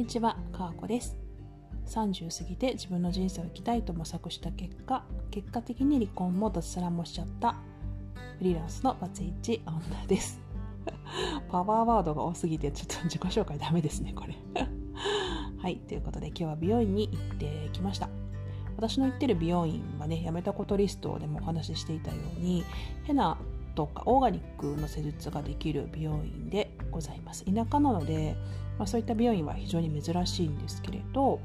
にちは、かーこです。30過ぎて自分の人生を生きたいと模索した結果的に離婚も脱サラもしちゃったフリーランスのバツイチ女です。パワーワードが多すぎてちょっと自己紹介ダメですねこれ。はい、ということで今日は美容院に行ってきました。私の行ってる美容院はね、やめたことリストでもお話ししていたようにヘナとかオーガニックの施術ができる美容院でございます。田舎なので、そういった美容院は非常に珍しいんですけれど、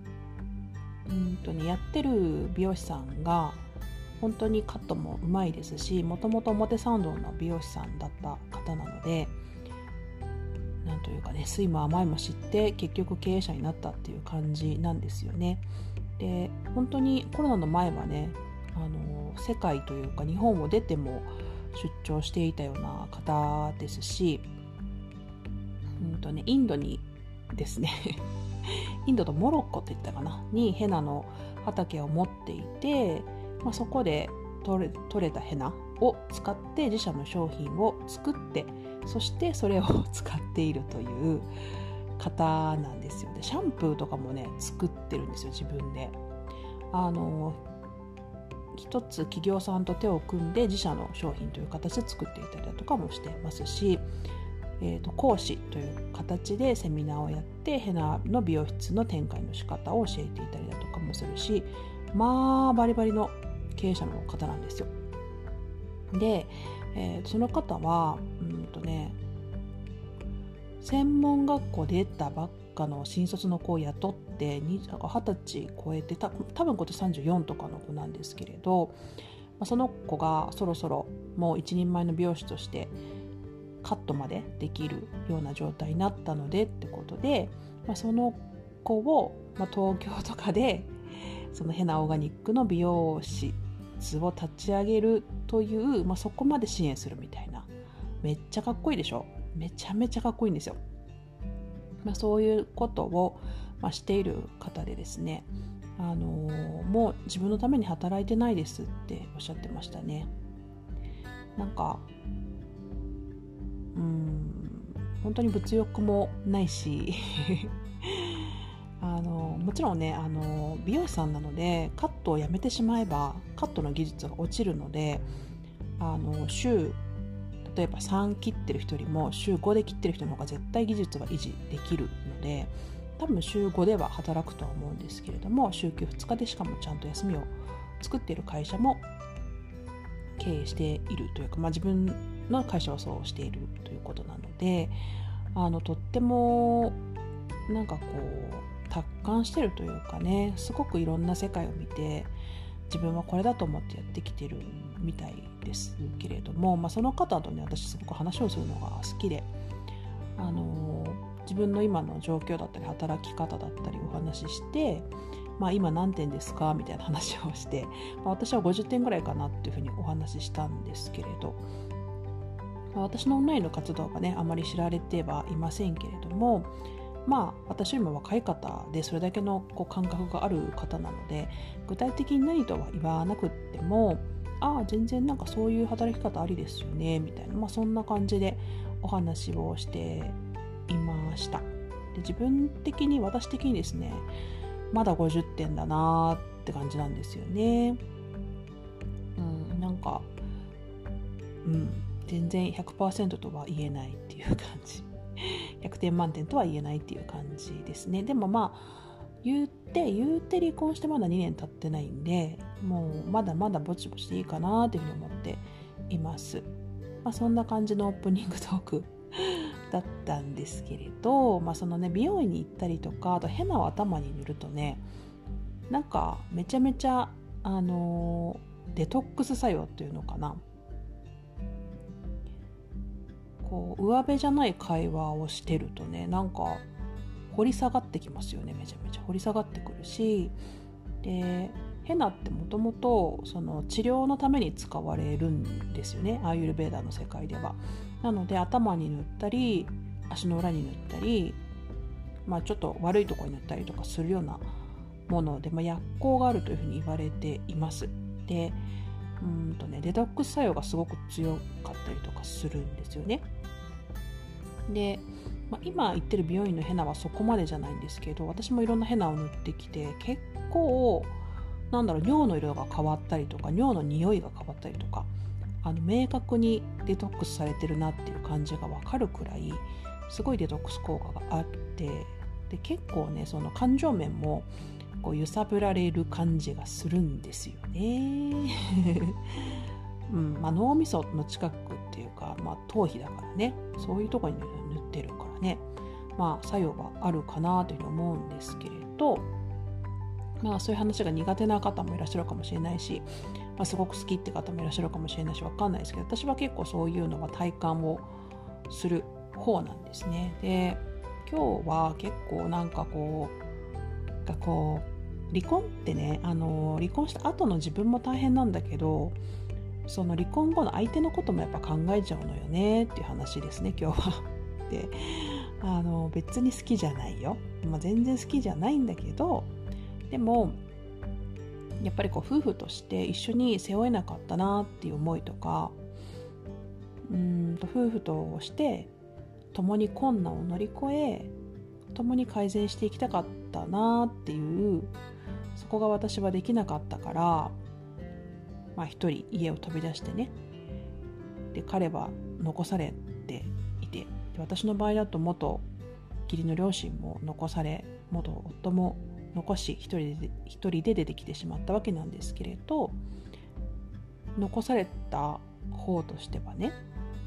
やってる美容師さんが本当にカットもうまいですし、もともと表参道の美容師さんだった方なので、なんというかね、酸いも甘いも知って結局経営者になったっていう感じなんですよね。で、本当にコロナの前はね、世界というか日本を出ても出張していたような方ですし、インドにですねインドとモロッコって言ったかなにヘナの畑を持っていて、そこで取れたヘナを使って自社の商品を作って、そしてそれを使っているという方なんですよ。で、シャンプーとかもね作ってるんですよ、自分で。一つ企業さんと手を組んで自社の商品という形で作っていたりだとかもしてますし、講師という形でセミナーをやってヘナの美容室の展開の仕方を教えていたりだとかもするし、バリバリの経営者の方なんですよ。で、その方は専門学校出たばっかの新卒の子を雇って20歳超えて多分今年34とかの子なんですけれど、その子がそろそろもう一人前の美容師としてカットまでできるような状態になったのでってことで、その子を、東京とかでそのヘナオーガニックの美容室を立ち上げるという、そこまで支援するみたいな。めっちゃかっこいいでしょ。めちゃめちゃかっこいいんですよ。そういうことを、している方でですね、もう自分のために働いてないですっておっしゃってましたね。なんか本当に物欲もないしもちろんね、美容師さんなのでカットをやめてしまえばカットの技術が落ちるので、例えば3切ってる人よりも週5で切ってる人の方が絶対技術が維持できるので、多分週5では働くとは思うんですけれども、週休2日でしかもちゃんと休みを作っている会社も経営しているというか、自分の会社はそうしているということなので、とっても達観してるというかね、すごくいろんな世界を見て自分はこれだと思ってやってきてるみたいですけれども、その方とね、私すごく話をするのが好きで、自分の今の状況だったり働き方だったりお話しして、今何点ですかみたいな話をして、私は50点ぐらいかなっていうふうにお話ししたんですけれど、私のオンラインの活動がねあまり知られてはいませんけれども、私よりも若い方でそれだけの感覚がある方なので、具体的に何とは言わなくっても、全然そういう働き方ありですよねみたいな、そんな感じでお話をしていました。で、私的にですね、まだ50点だなって感じなんですよね。全然 100% とは言えないっていう感じ。100点満点とは言えないっていう感じですね。でも言うて離婚してまだ2年経ってないんで、もうまだまだぼちぼちでいいかなというふうに思っています。そんな感じのオープニングトークだったんですけれど、そのね、美容院に行ったりとか、あとヘナを頭に塗るとね、めちゃめちゃデトックス作用っていうのかな、上辺じゃない会話をしてるとね、掘り下がってきますよね。めちゃめちゃ掘り下がってくるし、でヘナってもともとその治療のために使われるんですよね、アーユルベーダの世界では。なので頭に塗ったり足の裏に塗ったり、ちょっと悪いところに塗ったりとかするようなもので、薬効があるというふうに言われています。で、デトックス作用がすごく強かったりとかするんですよね。で、 今行ってる美容院のヘナはそこまでじゃないんですけど、私もいろんなヘナを塗ってきて、結構尿の色が変わったりとか、尿の匂いが変わったりとか、明確にデトックスされてるなっていう感じが分かるくらいすごいデトックス効果があって、で結構ね、その感情面もこう揺さぶられる感じがするんですよね。脳みその近くっていうか、頭皮だからね、そういうところに塗ってるからね、作用があるかなというふうに思うんですけれど、そういう話が苦手な方もいらっしゃるかもしれないし、すごく好きって方もいらっしゃるかもしれないし、分かんないですけど、私は結構そういうのは体感をする方なんですね。で、今日は結構離婚ってね、離婚した後の自分も大変なんだけど、その離婚後の相手のこともやっぱ考えちゃうのよねっていう話ですね、今日は。で、別に好きじゃないよ、全然好きじゃないんだけど、でもやっぱり夫婦として一緒に背負えなかったなっていう思いとか、夫婦として共に困難を乗り越え、共に改善していきたかったなっていう、そこが私はできなかったから、一人家を飛び出してね、で彼は残されていて、で私の場合だと元義理の両親も残され、元夫も残し、一人で出てきてしまったわけなんですけれど、残された方としてはね、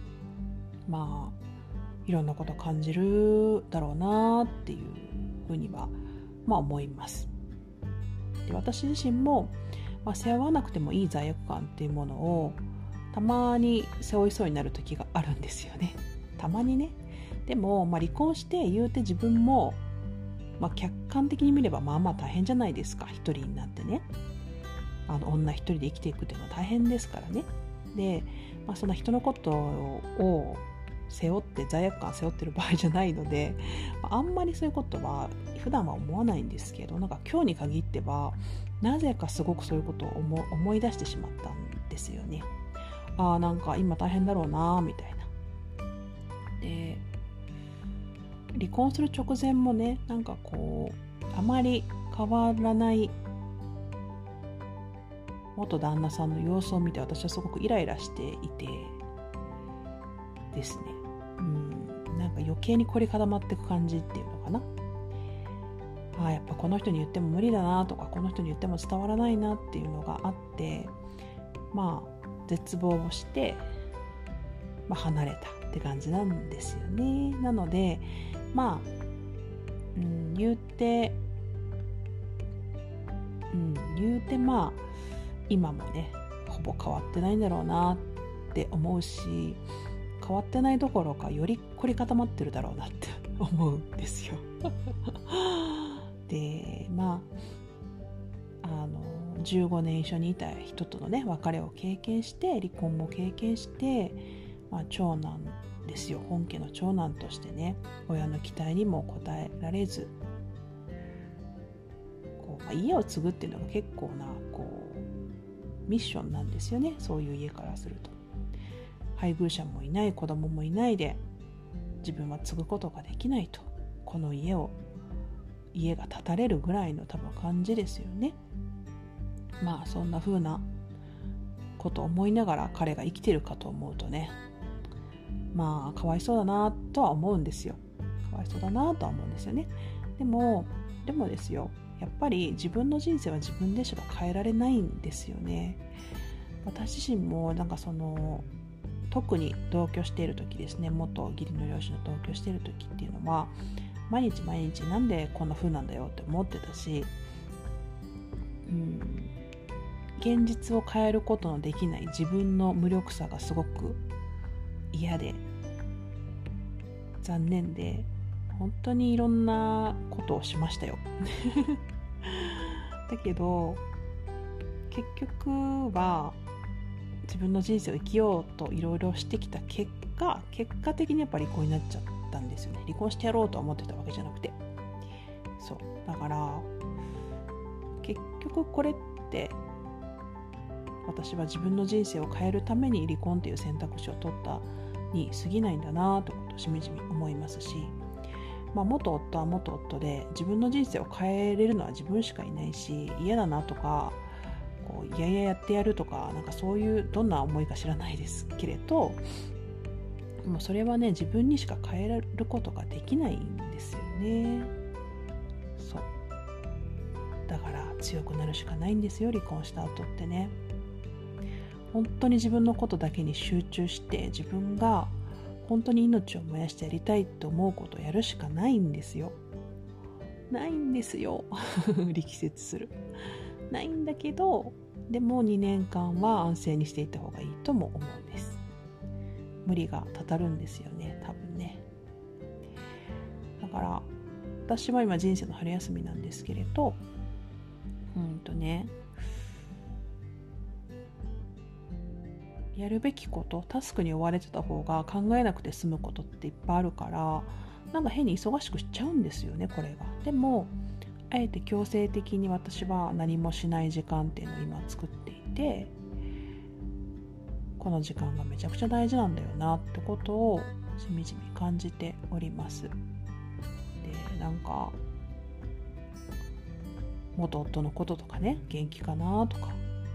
いろんなこと感じるだろうなっていうふうには思います。で、私自身も、背負わなくてもいい罪悪感っていうものをたまに背負いそうになる時があるんですよね。たまにね。でも、離婚して言うて自分も、客観的に見れば大変じゃないですか。一人になってね、女一人で生きていくっていうのは大変ですからね。で、そんな人のことを背負って罪悪感背負ってる場合じゃないので、あんまりそういうことは普段は思わないんですけど、今日に限ってはなぜかすごくそういうことを思い出してしまったんですよね。今大変だろうなみたいな。で、離婚する直前もね、あまり変わらない元旦那さんの様子を見て、私はすごくイライラしていてですね、余計に凝り固まっていく感じっていうのかな。やっぱこの人に言っても無理だなとか、この人に言っても伝わらないなっていうのがあって、絶望をして、離れたって感じなんですよね。なので言うて今もね、ほぼ変わってないんだろうなって思うし、変わってないどころかより凝り固まってるだろうなって思うんですよ。で、15年一緒にいた人とのね、別れを経験して、離婚も経験して、長男ですよ、本家の長男としてね、親の期待にも応えられず、家を継ぐっていうのが結構なミッションなんですよね。そういう家からすると、配偶者もいない、子供もいないで自分は継ぐことができないと、この家が建たれるぐらいの多分感じですよね。そんな風なことを思いながら彼が生きてるかと思うとね、かわいそうだなとは思うんですよ。かわいそうだなとは思うんですよね。でもですよ、やっぱり自分の人生は自分でしか変えられないんですよね。私自身も特に同居している時ですね、元義理の両親と同居している時っていうのは、毎日なんでこんな風なんだよって思ってたし、現実を変えることのできない自分の無力さがすごく嫌で残念で、本当にいろんなことをしましたよ。だけど結局は自分の人生を生きようといろいろしてきた結果的にやっぱ離婚になっちゃったんですよね。離婚してやろうと思ってたわけじゃなくて、そうだから結局これって私は自分の人生を変えるために離婚という選択肢を取ったに過ぎないんだなとしみじみ思いますし、 元夫は元夫で自分の人生を変えれるのは自分しかいないし、嫌だなとかいやいややってやるとか、なんかそういうどんな思いか知らないですけれど、もうそれはね、自分にしか変えることができないんですよね。そうだから強くなるしかないんですよ、離婚した後ってね。本当に自分のことだけに集中して、自分が本当に命を燃やしてやりたいと思うことをやるしかないんですよ。ないんですよ力説する。ないんだけど、でも2年間は安静にしていった方がいいとも思うんです。無理がたたるんですよね、多分ね。だから私は今人生の春休みなんですけれど、やるべきこと、タスクに追われてた方が考えなくて済むことっていっぱいあるから、なんか変に忙しくしちゃうんですよね、これが。でもあえて強制的に私は何もしない時間っていうのを今作っていて、この時間がめちゃくちゃ大事なんだよなってことをしみじみ感じております。で、なんか元夫のこととかね、元気かなとか、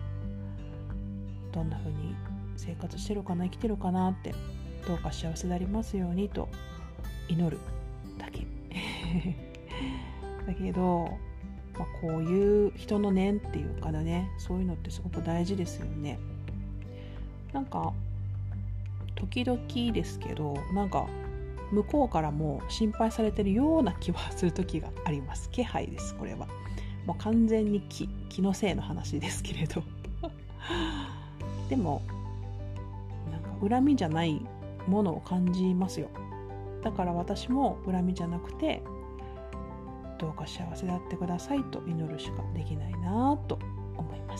どんな風に生活してるかな、生きてるかなって、どうか幸せでありますようにと祈るだけだけど、こういう人の念っていうかね、そういうのってすごく大事ですよね。なんか時々ですけど、なんか向こうからも心配されてるような気はする時があります。気配です。これはもう完全に気のせいの話ですけれどでもなんか恨みじゃないものを感じますよ。だから私も恨みじゃなくて、どうか幸せであってくださいと祈るしかできないなと思います。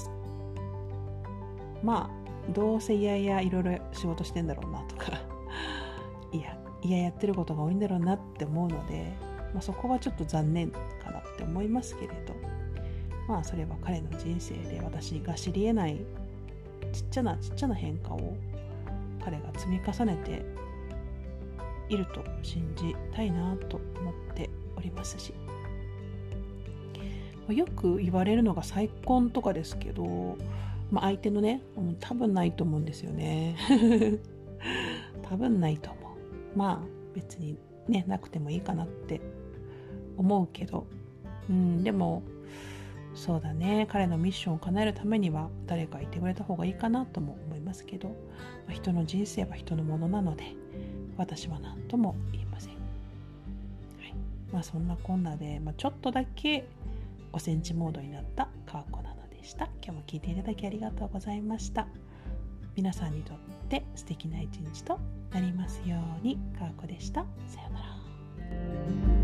どうせいろいろ仕事してんだろうなとかやってることが多いんだろうなって思うので、そこはちょっと残念かなって思いますけれど、それは彼の人生で私が知り得ないちっちゃな変化を彼が積み重ねていると信じたいなと思っておりますし、よく言われるのが再婚とかですけど、相手のね、多分ないと思うんですよね多分ないと思う。別にね、なくてもいいかなって思うけど、でもそうだね、彼のミッションを叶えるためには誰かいてくれた方がいいかなとも思いますけど、人の人生は人のものなので私は何とも言いません。そんなこんなで、ちょっとだけおセンチモードになったかーこなのでした。今日も聞いていただきありがとうございました。皆さんにとって素敵な一日となりますように。かーこでした。さようなら。